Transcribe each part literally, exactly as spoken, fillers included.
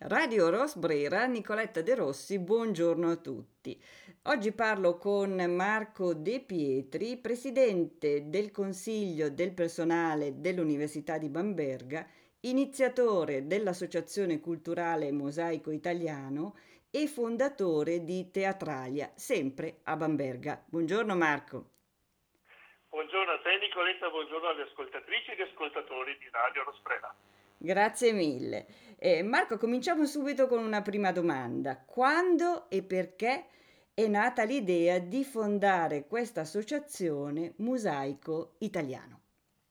Radio Rosbrera, Nicoletta De Rossi, buongiorno a tutti. Oggi parlo con Marco De Pietri, presidente del Consiglio del personale dell'Università di Bamberga, iniziatore dell'Associazione Culturale Mosaico Italiano e fondatore di Teatralia, sempre a Bamberga. Buongiorno Marco. Buongiorno a te Nicoletta, buongiorno alle ascoltatrici ed ascoltatori di Radio Rosbrera. Grazie mille. Eh, Marco, cominciamo subito con una prima domanda. Quando e perché è nata l'idea di fondare questa associazione Mosaico Italiano?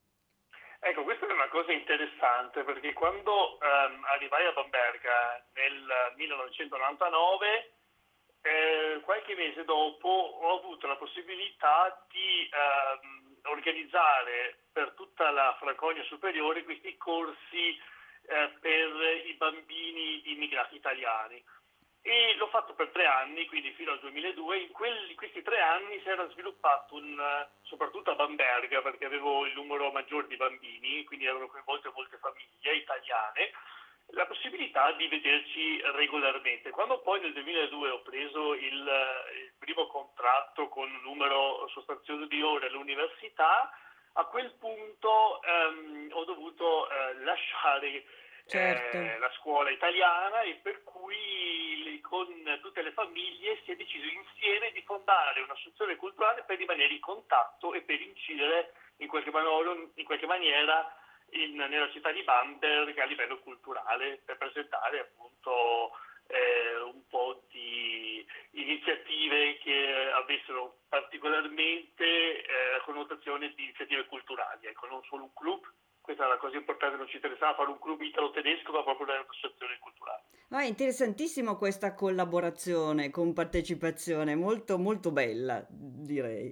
Ecco, questa è una cosa interessante perché quando ehm, arrivai a Bamberga nel millenovecentonovantanove, eh, qualche mese dopo ho avuto la possibilità di ehm, organizzare per tutta la Franconia Superiore questi corsi eh, per i bambini di immigrati italiani. E l'ho fatto per tre anni, quindi fino al duemiladue. In, quelli, in questi tre anni si era sviluppato, un, soprattutto a Bamberga, perché avevo il numero maggiore di bambini, quindi erano coinvolte molte famiglie italiane, la possibilità di vederci regolarmente. Quando poi nel duemiladue ho preso il, il primo contratto con un numero sostanzioso di ore all'università, a quel punto ehm, ho dovuto eh, lasciare Certo. eh, la scuola italiana, e per cui con tutte le famiglie si è deciso insieme di fondare un'associazione culturale per rimanere in contatto e per incidere in qualche maniera, in qualche maniera in, nella città di Bamberg a livello culturale, per presentare appunto eh, un po' di iniziative che avessero particolarmente eh, la connotazione di iniziative culturali, ecco, non solo un club. Questa è la cosa importante, non ci interessava fare un club italo-tedesco, ma proprio un'associazione culturale. Ah, è interessantissimo questa collaborazione con partecipazione, molto molto bella, direi.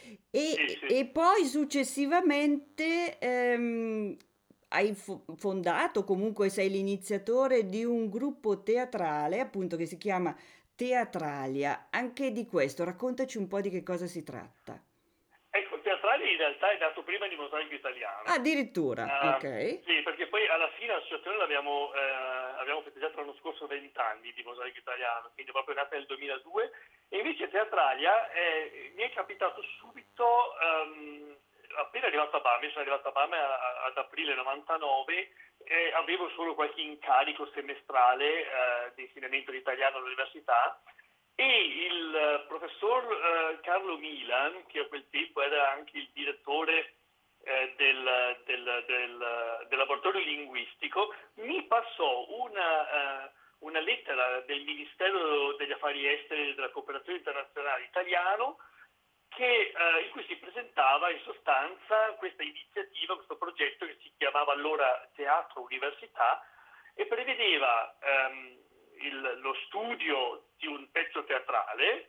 Sì, E, sì. e poi successivamente ehm, hai fo- fondato, comunque sei l'iniziatore di un gruppo teatrale, appunto, che si chiama Teatralia. Anche di questo, raccontaci un po' di che cosa si tratta. Ecco, il teatrale in realtà è nato prima di Mosaico Italiano. Addirittura, Uh, ok. sì, perché poi alla fine l'associazione l'abbiamo eh, abbiamo festeggiato l'anno scorso venti anni di Mosaico Italiano, quindi è proprio nata nel duemiladue, e invece Teatralia eh, mi è capitato subito, um, appena arrivato a Bam, io sono arrivato a Bam a- a- ad aprile novantanove, e avevo solo qualche incarico semestrale eh, di insegnamento di italiano all'università, e il eh, professor eh, Carlo Milan, che a quel tempo era anche il direttore eh, del, del, del, del laboratorio linguistico, mi passò una, eh, una lettera del Ministero degli Affari Esteri e della Cooperazione Internazionale italiano, che, eh, in cui si presentava in sostanza questa iniziativa, questo progetto che si chiamava allora Teatro Università, e prevedeva ehm, il- lo studio di un pezzo teatrale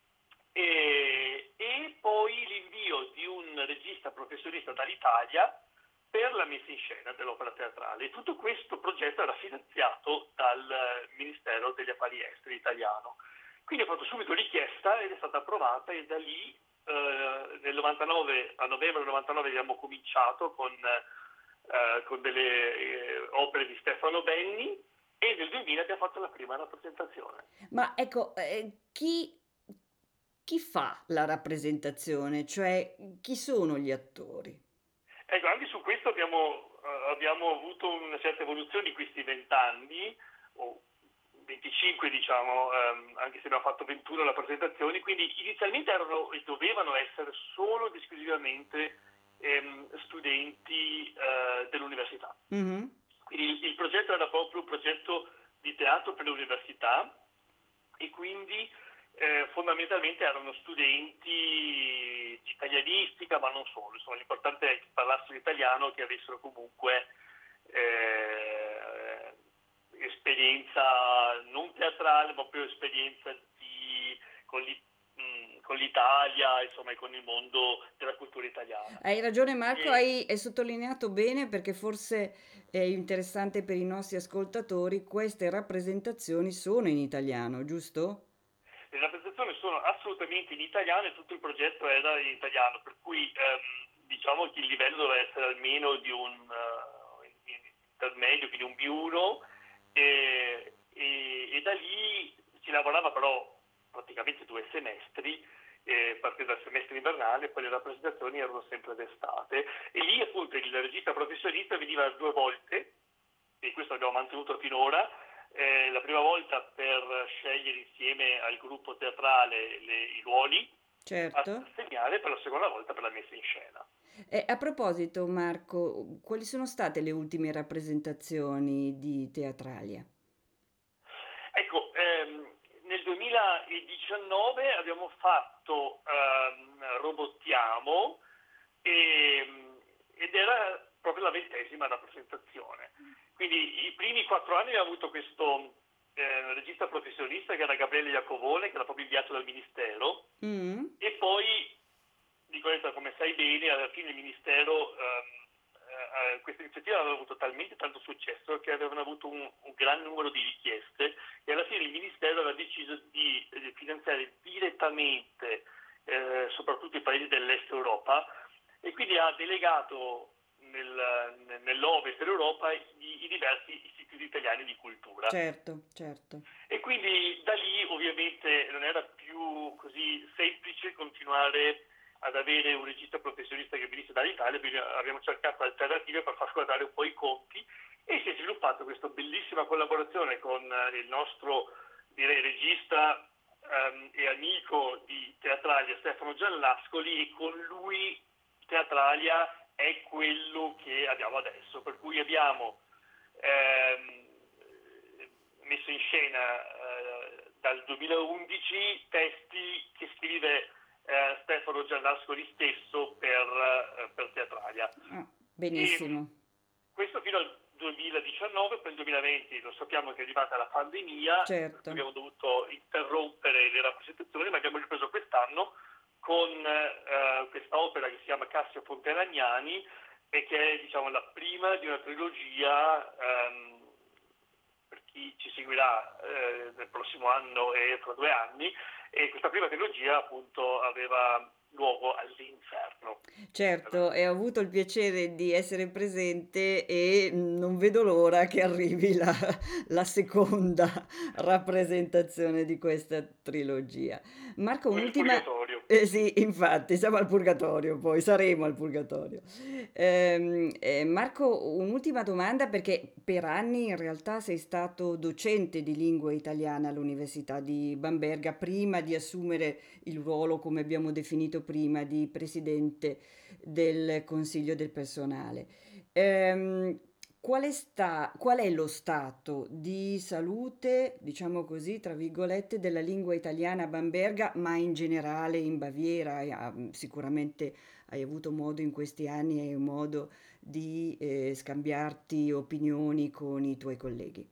e, e poi l'invio di un regista professionista dall'Italia per la messa in scena dell'opera teatrale. E tutto questo progetto era finanziato dal eh, Ministero degli Affari Esteri italiano. Quindi ho fatto subito richiesta ed è stata approvata, e da lì eh, nel novantanove, a novembre del novantanove abbiamo cominciato con, eh, con delle eh, opere di Stefano Benni, e nel duemila abbiamo fatto la prima rappresentazione. Ma ecco, eh, chi, chi fa la rappresentazione? Cioè, chi sono gli attori? Ecco, anche su questo abbiamo, eh, abbiamo avuto una certa evoluzione in questi vent'anni, o venticinque diciamo, ehm, anche se abbiamo fatto ventuno rappresentazioni, quindi inizialmente erano e dovevano essere solo ed esclusivamente ehm, studenti eh, dell'università. Mhm. Quindi il, il progetto era proprio un progetto di teatro per l'università, e quindi eh, fondamentalmente erano studenti di italianistica, ma non solo. Insomma, l'importante è che parlassero italiano, che avessero comunque eh, esperienza non teatrale, ma proprio esperienza di, con, l'I- mh, con l'Italia, insomma, e con il mondo della cultura italiana. Hai ragione Marco, E, hai, hai sottolineato bene perché forse è interessante per i nostri ascoltatori, queste rappresentazioni sono in italiano, giusto? Le rappresentazioni sono assolutamente in italiano e tutto il progetto era in italiano, per cui ehm, diciamo che il livello deve essere almeno di un uh, intermedio, quindi un B uno, e, e, e da lì si lavorava però praticamente due semestri, eh, partendo dal semestre invernale, poi le rappresentazioni erano sempre d'estate, e lì appunto il regista professionista veniva due volte, e questo abbiamo mantenuto finora. Eh, la prima volta per scegliere insieme al gruppo teatrale le, i ruoli a Certo. segnare, per la seconda volta per la messa in scena. E a proposito, Marco, quali sono state le ultime rappresentazioni di Teatralia? Ecco, ehm, nel duemiladiciannove abbiamo fatto ehm, Robottiamo, e, ed era proprio la ventesima rappresentazione. Quindi i primi quattro anni abbiamo avuto questo eh, regista professionista che era Gabriele Iacovone, che era proprio inviato dal Ministero, Mm? e poi, dico adesso, come sai bene, alla fine il Ministero, ehm, eh, questa iniziativa aveva avuto talmente tanto successo che avevano avuto un, un gran numero di richieste, e alla fine il Ministero aveva deciso di, di finanziare direttamente eh, soprattutto i paesi dell'est Europa, e quindi ha delegato nel, nell'ovest dell'Europa i, i diversi istituti italiani di cultura. Certo, certo. E quindi da lì ovviamente non era più così semplice continuare ad avere un regista professionista che venisse dall'Italia, quindi abbiamo cercato alternative per far quadrare un po' i conti, e si è sviluppato questa bellissima collaborazione con il nostro, direi, regista ehm, e amico di Teatralia, Stefano Giallascoli, e con lui Teatralia è quello che abbiamo adesso, per cui abbiamo ehm, messo in scena eh, dal duemilaundici testi che scrive eh, Stefano Giallascoli stesso per, eh, per Teatralia. Ah, E benissimo. questo fino al duemiladiciannove, poi nel duemilaventi lo sappiamo che è arrivata la pandemia, per cui Certo. abbiamo dovuto interrompere le rappresentazioni, ma abbiamo ripreso quest'anno con eh, questa opera che si chiama Cassio Fontelagnani, e che è, diciamo, la prima di una trilogia. ehm, per chi ci seguirà eh, nel prossimo anno e fra due anni, e questa prima trilogia appunto aveva luogo all'Inferno. Certo, e ho avuto il piacere di essere presente e non vedo l'ora che arrivi la, la seconda rappresentazione di questa trilogia. Marco, Come il un'ultima... Purgatorio. Eh sì, infatti, siamo al purgatorio, poi saremo al purgatorio. Ehm, eh, Marco, un'ultima domanda perché per anni in realtà sei stato docente di lingua italiana all'Università di Bamberga prima di assumere il ruolo, come abbiamo definito prima, di presidente del Consiglio del personale. Ehm, qual è sta- qual è lo stato di salute, diciamo così, tra virgolette, della lingua italiana a Bamberga, ma in generale in Baviera? E, ah, sicuramente hai avuto modo in questi anni, hai modo di eh, scambiarti opinioni con i tuoi colleghi.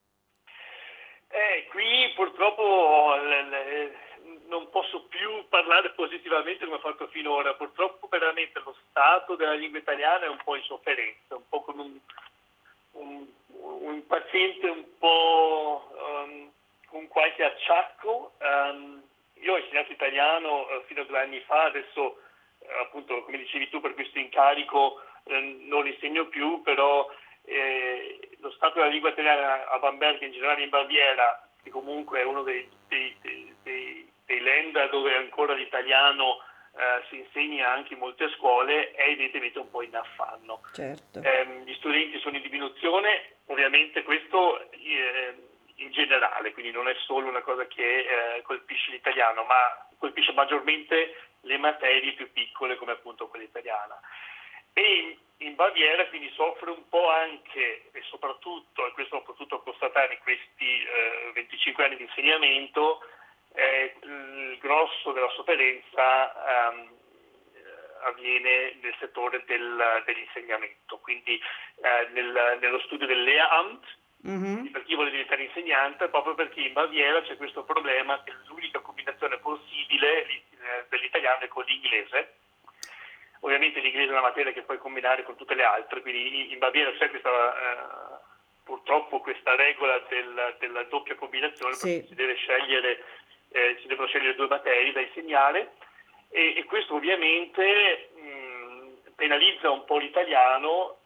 Eh, qui purtroppo le, le, non posso più parlare positivamente come ho fatto finora. Purtroppo veramente lo stato della lingua italiana è un po' in sofferenza, un po' come un, un, un paziente un po' um, con qualche acciacco. Um, io ho insegnato italiano uh, fino a due anni fa, adesso uh, appunto come dicevi tu per questo incarico uh, non insegno più, però eh, lo stato della lingua italiana a Bamberga, in generale in Baviera, che comunque è uno dei, dei, dei, dei, dei land dove ancora l'italiano eh, si insegna anche in molte scuole, è evidentemente un po' in affanno. Certo. Eh, gli studenti sono in diminuzione, ovviamente questo eh, in generale, quindi non è solo una cosa che eh, colpisce l'italiano, ma colpisce maggiormente le materie più piccole come appunto quella italiana. E in Baviera quindi soffre un po' anche e soprattutto, e questo ho potuto constatare in questi eh, venticinque anni di insegnamento, eh, il grosso della sofferenza ehm, avviene nel settore del, dell'insegnamento, quindi eh, nel, nello studio del Lehramt, Mhm. per chi vuole diventare insegnante, proprio perché in Baviera c'è questo problema che l'unica combinazione possibile eh, dell'italiano è con l'inglese. Ovviamente l'inglese è una materia che puoi combinare con tutte le altre, quindi in Baviera c'è questa, eh, purtroppo questa regola del, della doppia combinazione, per cui Sì, si deve scegliere, eh, si devono scegliere due materie da insegnare, e, e questo ovviamente mh, penalizza un po' l'italiano,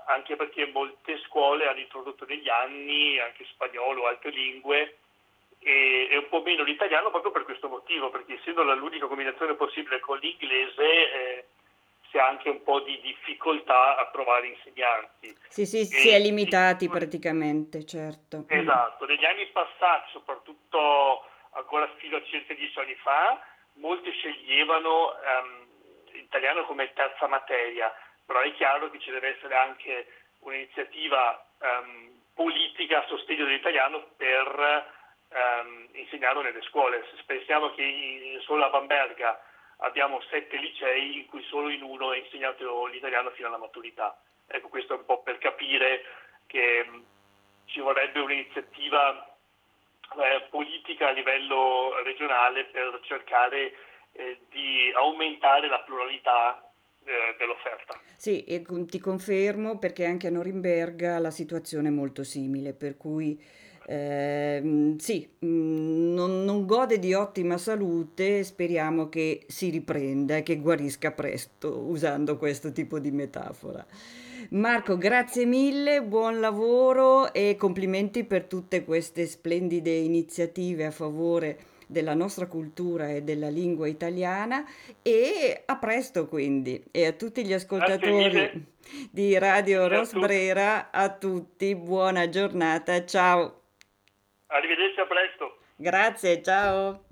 anche perché molte scuole hanno introdotto negli anni anche spagnolo o altre lingue e, e un po' meno l'italiano proprio per questo motivo, perché essendo l'unica combinazione possibile con l'inglese eh, si ha anche un po' di difficoltà a trovare insegnanti. Sì, sì, si è E, limitati praticamente, certo. Mm. esatto, negli anni passati, soprattutto ancora fino a circa dieci anni fa, molti sceglievano um, l'italiano come terza materia, però è chiaro che ci deve essere anche un'iniziativa um, politica a sostegno dell'italiano per um, insegnarlo nelle scuole. Se pensiamo che in, solo a Bamberga abbiamo sette licei in cui solo in uno è insegnato l'italiano fino alla maturità. Ecco, questo è un po' per capire che um, ci vorrebbe un'iniziativa eh, politica a livello regionale per cercare eh, di aumentare la pluralità eh, dell'offerta. Sì, e con- ti confermo perché anche a Norimberga la situazione è molto simile, per cui ehm, sì, mm, non, non gode di ottima salute, speriamo che si riprenda e che guarisca presto usando questo tipo di metafora. Marco, grazie mille, buon lavoro e complimenti per tutte queste splendide iniziative a favore della nostra cultura e della lingua italiana e a presto quindi e a tutti gli Grazie mille, ascoltatori di grazie Radio mille a tutti, Rosbrera, a tutti, buona giornata, ciao. arrivederci, a presto. Grazie, ciao.